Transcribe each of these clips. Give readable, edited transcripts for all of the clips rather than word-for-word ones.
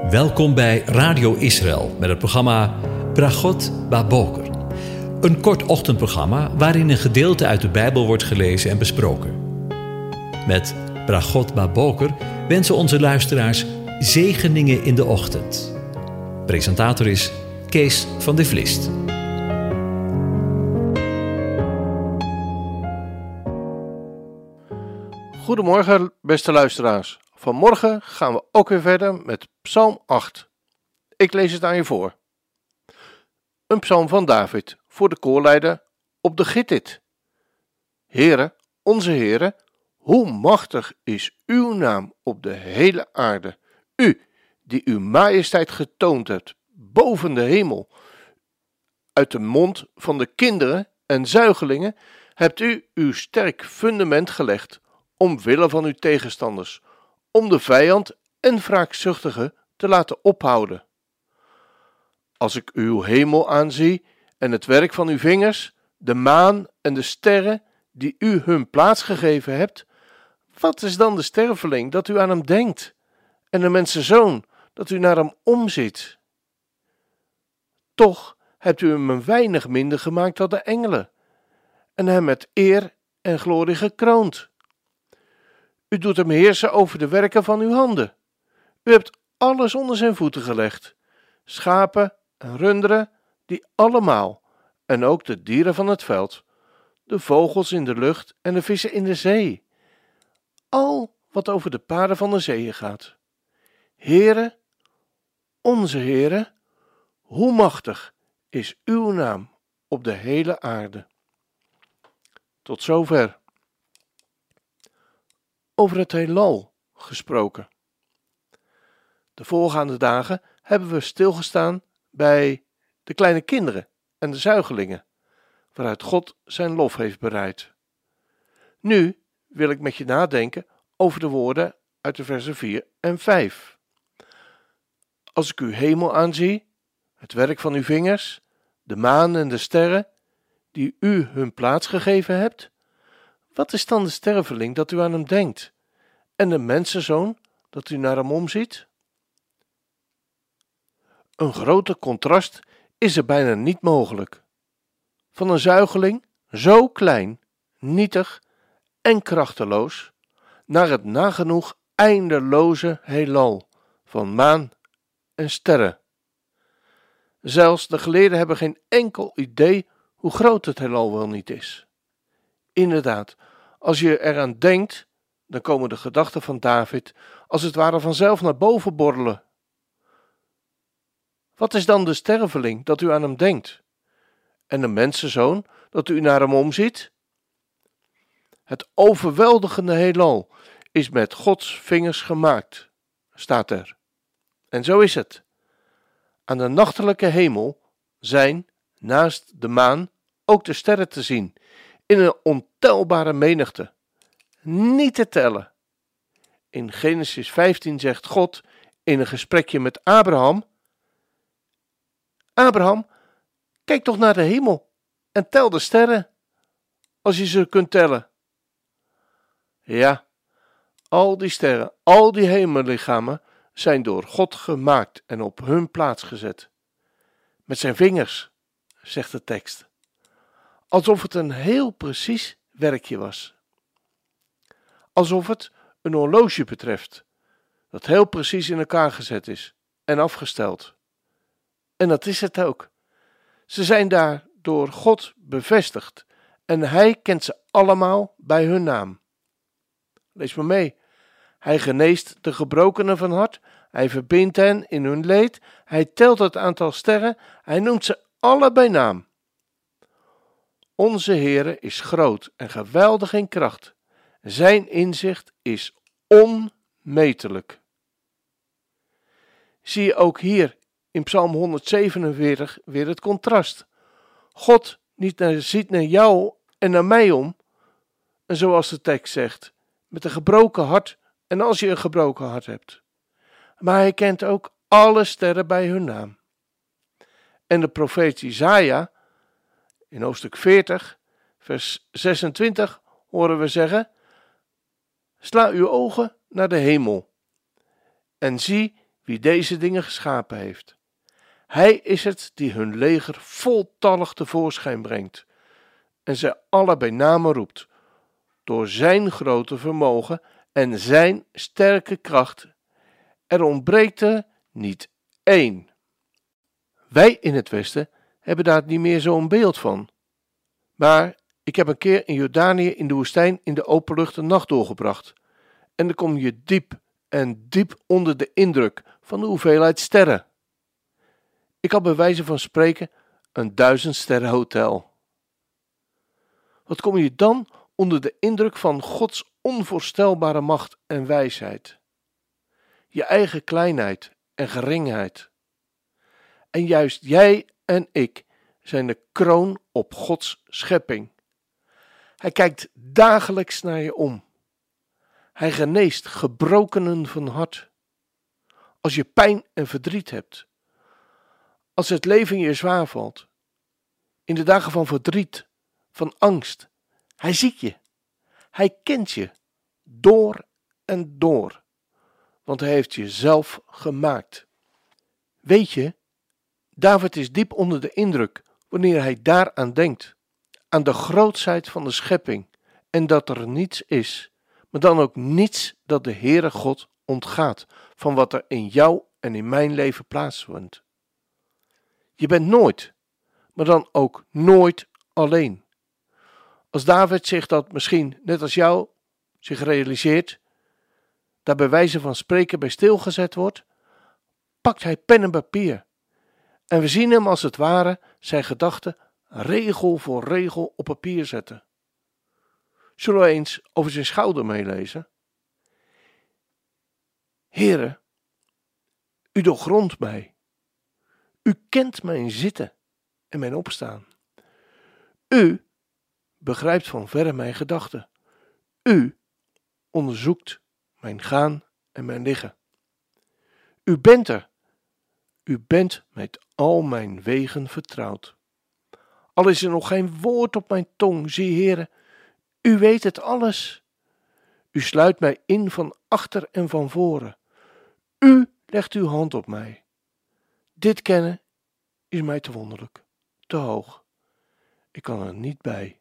Welkom bij Radio Israël met het programma Bragot Baboker. Een kort ochtendprogramma waarin een gedeelte uit de Bijbel wordt gelezen en besproken. Met Bragot Baboker wensen onze luisteraars zegeningen in de ochtend. Presentator is Kees van de Vlist. Goedemorgen, beste luisteraars. Vanmorgen gaan we ook weer verder met Psalm 8. Ik lees het aan je voor. Een psalm van David voor de koorleider op de Gittit. Heere, onze Heere, hoe machtig is uw naam op de hele aarde. U, die uw majesteit getoond hebt boven de hemel. Uit de mond van de kinderen en zuigelingen hebt u uw sterk fundament gelegd, omwille van uw tegenstanders, om de vijand en wraakzuchtige te laten ophouden. Als ik uw hemel aanzie en het werk van uw vingers, de maan en de sterren die u hun plaats gegeven hebt, wat is dan de sterveling dat u aan hem denkt, en de mensenzoon dat u naar hem omziet? Toch hebt u hem een weinig minder gemaakt dan de engelen, en hem met eer en glorie gekroond. U doet hem heersen over de werken van uw handen. U hebt alles onder zijn voeten gelegd. Schapen en runderen, die allemaal, en ook de dieren van het veld, de vogels in de lucht en de vissen in de zee. Al wat over de paden van de zeeën gaat. Heere, onze Heere, hoe machtig is uw naam op de hele aarde. Tot zover. Over het heelal gesproken. De voorgaande dagen hebben we stilgestaan bij de kleine kinderen en de zuigelingen, waaruit God zijn lof heeft bereid. Nu wil ik met je nadenken over de woorden uit de versen 4 en 5. Als ik uw hemel aanzie, het werk van uw vingers, de maan en de sterren, die u hun plaats gegeven hebt, wat is dan de sterveling dat u aan hem denkt, en de mensenzoon dat u naar hem omziet? Een groter contrast is er bijna niet mogelijk. Van een zuigeling, zo klein, nietig en krachteloos, naar het nagenoeg eindeloze heelal van maan en sterren. Zelfs de geleerden hebben geen enkel idee hoe groot het heelal wel niet is. Inderdaad, als je eraan denkt, dan komen de gedachten van David als het ware vanzelf naar boven borrelen. Wat is dan de sterveling dat u aan hem denkt, en de mensenzoon dat u naar hem omziet? Het overweldigende heelal is met Gods vingers gemaakt, staat er. En zo is het. Aan de nachtelijke hemel zijn, naast de maan, ook de sterren te zien, in een ontelbare menigte, niet te tellen. In Genesis 15 zegt God in een gesprekje met Abraham: Abraham, kijk toch naar de hemel en tel de sterren, als je ze kunt tellen. Ja, al die sterren, al die hemellichamen zijn door God gemaakt en op hun plaats gezet. Met zijn vingers, zegt de tekst. Alsof het een heel precies werkje was. Alsof het een horloge betreft, dat heel precies in elkaar gezet is en afgesteld. En dat is het ook. Ze zijn daar door God bevestigd en Hij kent ze allemaal bij hun naam. Lees maar mee. Hij geneest de gebrokenen van hart, Hij verbindt hen in hun leed, Hij telt het aantal sterren, Hij noemt ze alle bij naam. Onze Heere is groot en geweldig in kracht. Zijn inzicht is onmetelijk. Zie je ook hier in Psalm 147 weer het contrast. God ziet naar jou en naar mij om, en zoals de tekst zegt, met een gebroken hart, en als je een gebroken hart hebt. Maar Hij kent ook alle sterren bij hun naam. En de profeet Jesaja, in hoofdstuk 40, vers 26, horen we zeggen: Sla uw ogen naar de hemel en zie wie deze dingen geschapen heeft. Hij is het die hun leger voltallig tevoorschijn brengt en ze alle bij name roept, door zijn grote vermogen en zijn sterke kracht. Er ontbreekt er niet één. Wij in het Westen hebben daar niet meer zo'n beeld van. Maar ik heb een keer in Jordanië in de woestijn in de open lucht een nacht doorgebracht. En dan kom je diep onder de indruk van de hoeveelheid sterren. Ik had bij wijze van spreken een 1000-sterren hotel. Wat kom je dan onder de indruk van Gods onvoorstelbare macht en wijsheid? Je eigen kleinheid en geringheid. En juist jij en ik zijn de kroon op Gods schepping. Hij kijkt dagelijks naar je om. Hij geneest gebrokenen van hart. Als je pijn en verdriet hebt. Als het leven je zwaar valt. In de dagen van verdriet, van angst. Hij ziet je. Hij kent je. Door en door. Want hij heeft je zelf gemaakt. Weet je, David is diep onder de indruk wanneer hij daaraan denkt. Aan de grootsheid van de schepping. En dat er niets is. Maar dan ook niets dat de Heere God ontgaat van wat er in jou en in mijn leven plaatsvindt. Je bent nooit, maar dan ook nooit alleen. Als David zich dat misschien net als jou zich realiseert, daar bij wijze van spreken bij stilgezet wordt, pakt hij pen en papier. En we zien hem als het ware zijn gedachten regel voor regel op papier zetten. Zullen we eens over zijn schouder meelezen? Heere, u doorgrondt mij. U kent mijn zitten en mijn opstaan. U begrijpt van verre mijn gedachten. U onderzoekt mijn gaan en mijn liggen. U bent er. U bent met al mijn wegen vertrouwd. Al is er nog geen woord op mijn tong, zie Heere, u weet het alles. U sluit mij in van achter en van voren. U legt uw hand op mij. Dit kennen is mij te wonderlijk, te hoog. Ik kan er niet bij.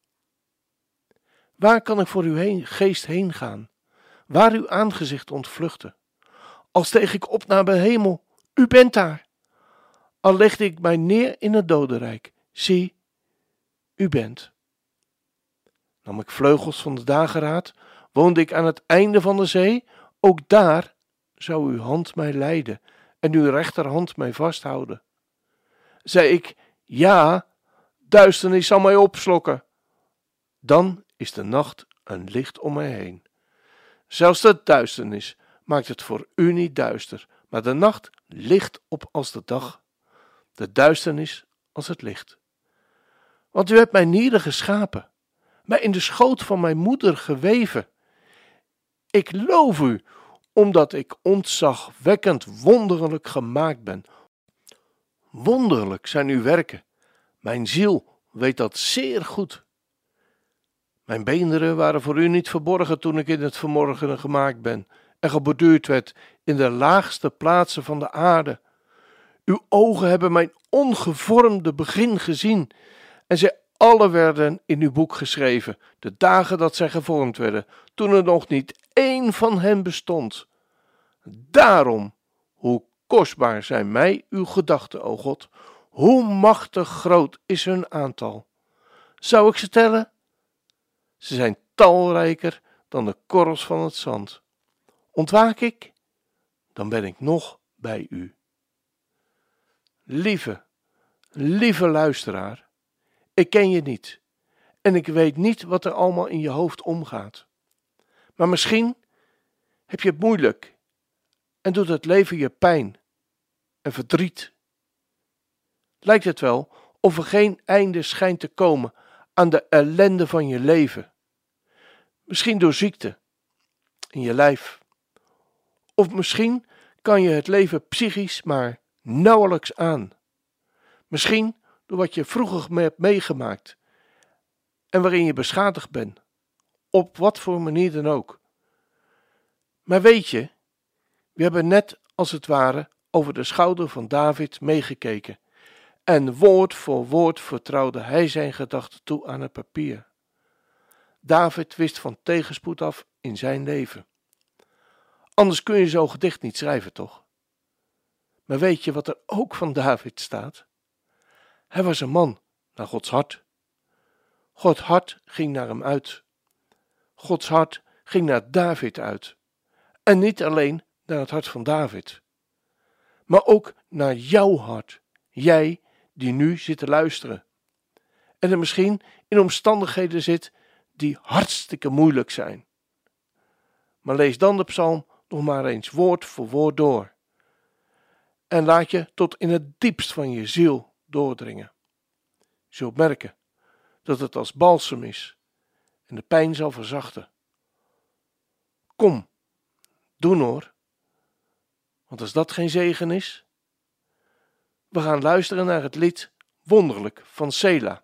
Waar kan ik voor uw geest heen gaan? Waar uw aangezicht ontvluchten? Al steeg ik op naar de hemel, u bent daar. Al legde ik mij neer in het dodenrijk, zie, u bent. Nam ik vleugels van de dageraad, woonde ik aan het einde van de zee, ook daar zou uw hand mij leiden en uw rechterhand mij vasthouden. Zei ik, ja, duisternis zal mij opslokken. Dan is de nacht een licht om mij heen. Zelfs de duisternis maakt het voor u niet duister, maar de nacht licht op als de dag, de duisternis als het licht. Want u hebt mij nieren geschapen, mij in de schoot van mijn moeder geweven. Ik loof u, omdat ik ontzagwekkend wonderlijk gemaakt ben. Wonderlijk zijn uw werken, mijn ziel weet dat zeer goed. Mijn beenderen waren voor u niet verborgen toen ik in het verborgene gemaakt ben en geborduurd werd in de laagste plaatsen van de aarde. Uw ogen hebben mijn ongevormde begin gezien en zij alle werden in uw boek geschreven, de dagen dat zij gevormd werden, toen er nog niet één van hen bestond. Daarom, hoe kostbaar zijn mij uw gedachten, o God, hoe machtig groot is hun aantal. Zou ik ze tellen? Ze zijn talrijker dan de korrels van het zand. Ontwaak ik, dan ben ik nog bij u. Lieve luisteraar, ik ken je niet en ik weet niet wat er allemaal in je hoofd omgaat. Maar misschien heb je het moeilijk en doet het leven je pijn en verdriet. Lijkt het wel of er geen einde schijnt te komen aan de ellende van je leven. Misschien door ziekte in je lijf. Of misschien kan je het leven psychisch maar nauwelijks aan. Misschien door wat je vroeger hebt meegemaakt en waarin je beschadigd bent, op wat voor manier dan ook. Maar weet je, we hebben net als het ware over de schouder van David meegekeken en woord voor woord vertrouwde hij zijn gedachten toe aan het papier. David wist van tegenspoed af in zijn leven. Anders kun je zo'n gedicht niet schrijven, toch? Maar weet je wat er ook van David staat? Hij was een man naar Gods hart. Gods hart ging naar hem uit. Gods hart ging naar David uit. En niet alleen naar het hart van David, maar ook naar jouw hart. Jij die nu zit te luisteren. En er misschien in omstandigheden zit die hartstikke moeilijk zijn. Maar lees dan de psalm nog maar eens woord voor woord door. En laat je tot in het diepst van je ziel doordringen. Je zult merken dat het als balsem is en de pijn zal verzachten. Kom, doen hoor. Want als dat geen zegen is, we gaan luisteren naar het lied Wonderlijk van Sela.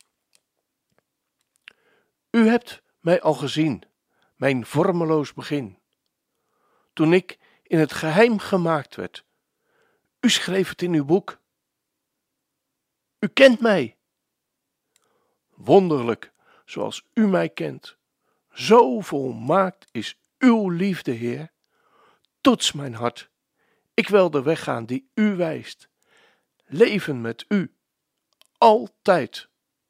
U hebt mij al gezien, mijn vormeloos begin. Toen ik in het geheim gemaakt werd, u schreef het in uw boek. U kent mij. Wonderlijk, zoals u mij kent. Zo volmaakt is uw liefde, Heer. Toets mijn hart. Ik wil de weg gaan die u wijst. Leven met u. Altijd.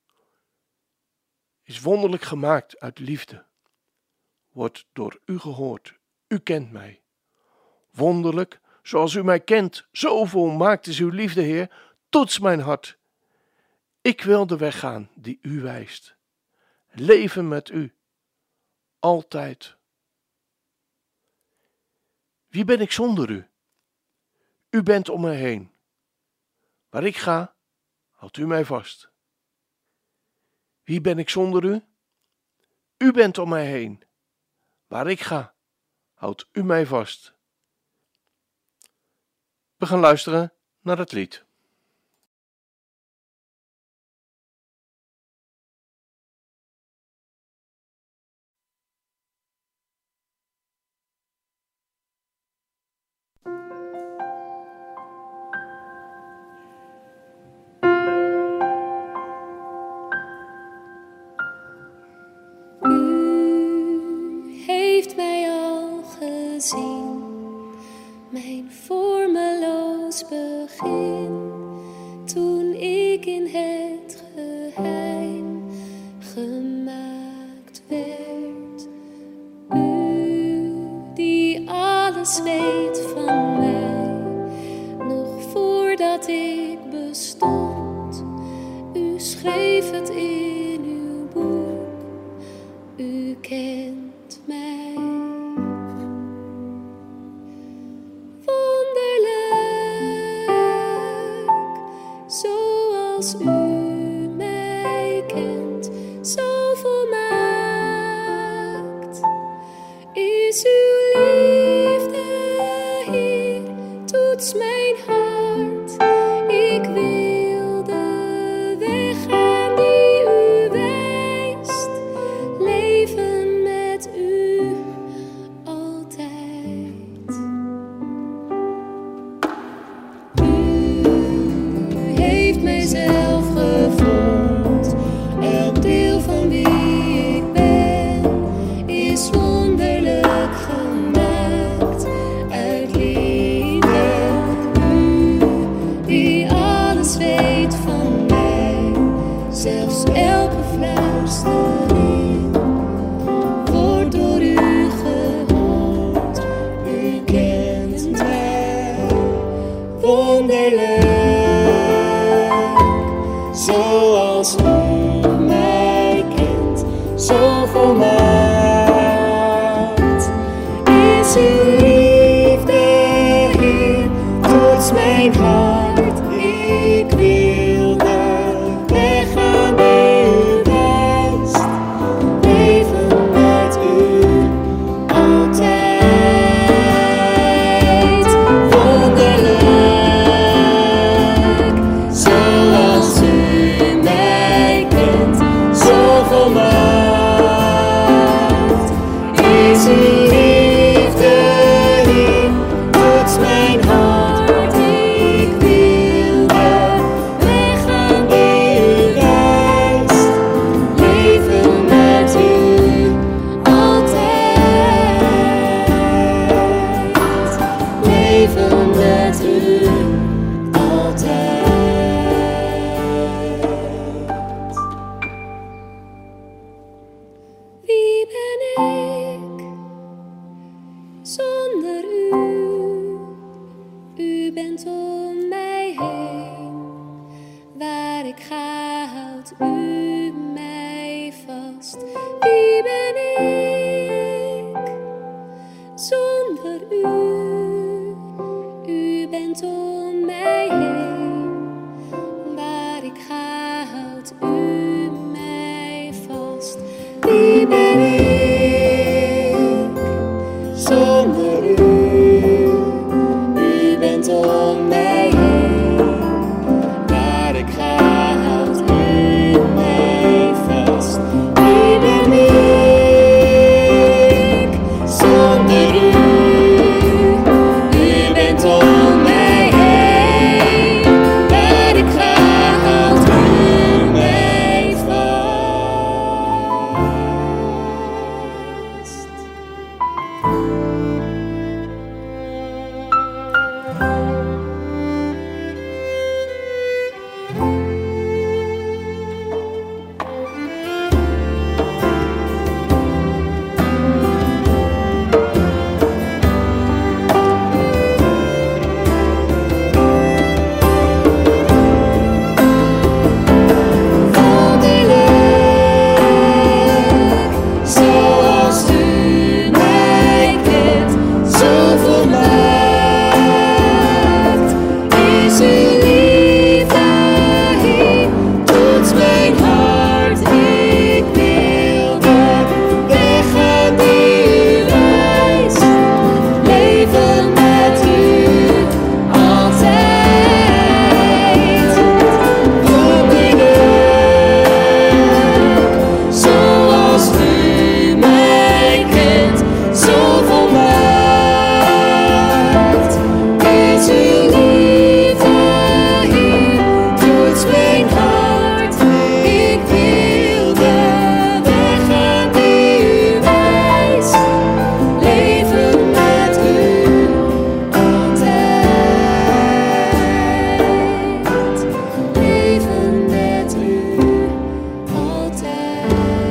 Is wonderlijk gemaakt uit liefde. Wordt door u gehoord. U kent mij. Wonderlijk, zoals u mij kent. Zo volmaakt is uw liefde, Heer. Toets mijn hart. Ik wil de weg gaan die u wijst. Leven met u. Altijd. Wie ben ik zonder u? U bent om mij heen. Waar ik ga, houdt u mij vast. Wie ben ik zonder u? U bent om mij heen. Waar ik ga, houdt u mij vast. We gaan luisteren naar het lied. Mijn vormeloos begin, toen ik in het geheim gemaakt werd. U die alles weet van mij, nog voordat ik bestond. U schreef het in uw boek, u kent mij. Zoals u mij kent, zo volmaakt is uw liefde, Heer, toets mijn hart. Ik wil de weg gaan die u wijst, leven met u altijd. Mijzelf gevormd, elk deel van wie ik ben is wonderlijk gemaakt uit liefde. U die alles weet van mij, zelfs elke fluistering wordt door u gehoord. U kent mij, wonderlijk. Zoals u mij kent, zo volmaakt is uw liefde, Heer, toets mijn hart. Ik wil de weg gaan die u wijst, leven met u altijd. Wonderlijk, zoals u volmaakt is uw liefde, Heer, toets mijn wie ben ik zonder u? U bent om mij heen. Waar ik ga, houdt u mij vast. Wie ben ik zonder u? U bent om mij heen. Waar ik ga, houdt u mij vast. Zoals u mij kent, zo volmaakt is uw liefde, Heer, doet mijn hart. Ik wil de weg gaan die u wijst, leven met u altijd. Kom in zoals u mij kent, zo volmaakt is uw liefde, Heer, doet mijn hart. Ik wil de weg gaan die u wijst, leven met u altijd. Leven met u altijd.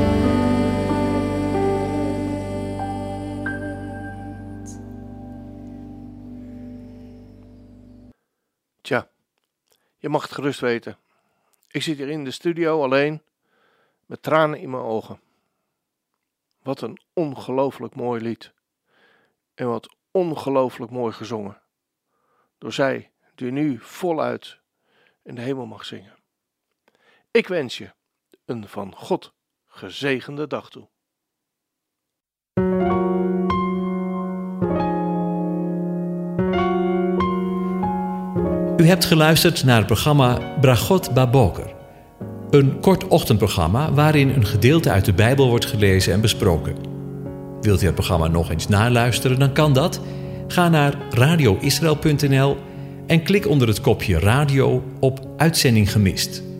Tja, je mag het gerust weten. Ik zit hier in de studio alleen, met tranen in mijn ogen. Wat een ongelooflijk mooi lied. En wat ongelooflijk mooi gezongen. Door zij die nu voluit in de hemel mag zingen. Ik wens je een van God gezegende dag toe. U hebt geluisterd naar het programma Bragot Baboker. Een kort ochtendprogramma waarin een gedeelte uit de Bijbel wordt gelezen en besproken. Wilt u het programma nog eens naluisteren, dan kan dat. Ga naar radioisrael.nl en klik onder het kopje radio op Uitzending gemist.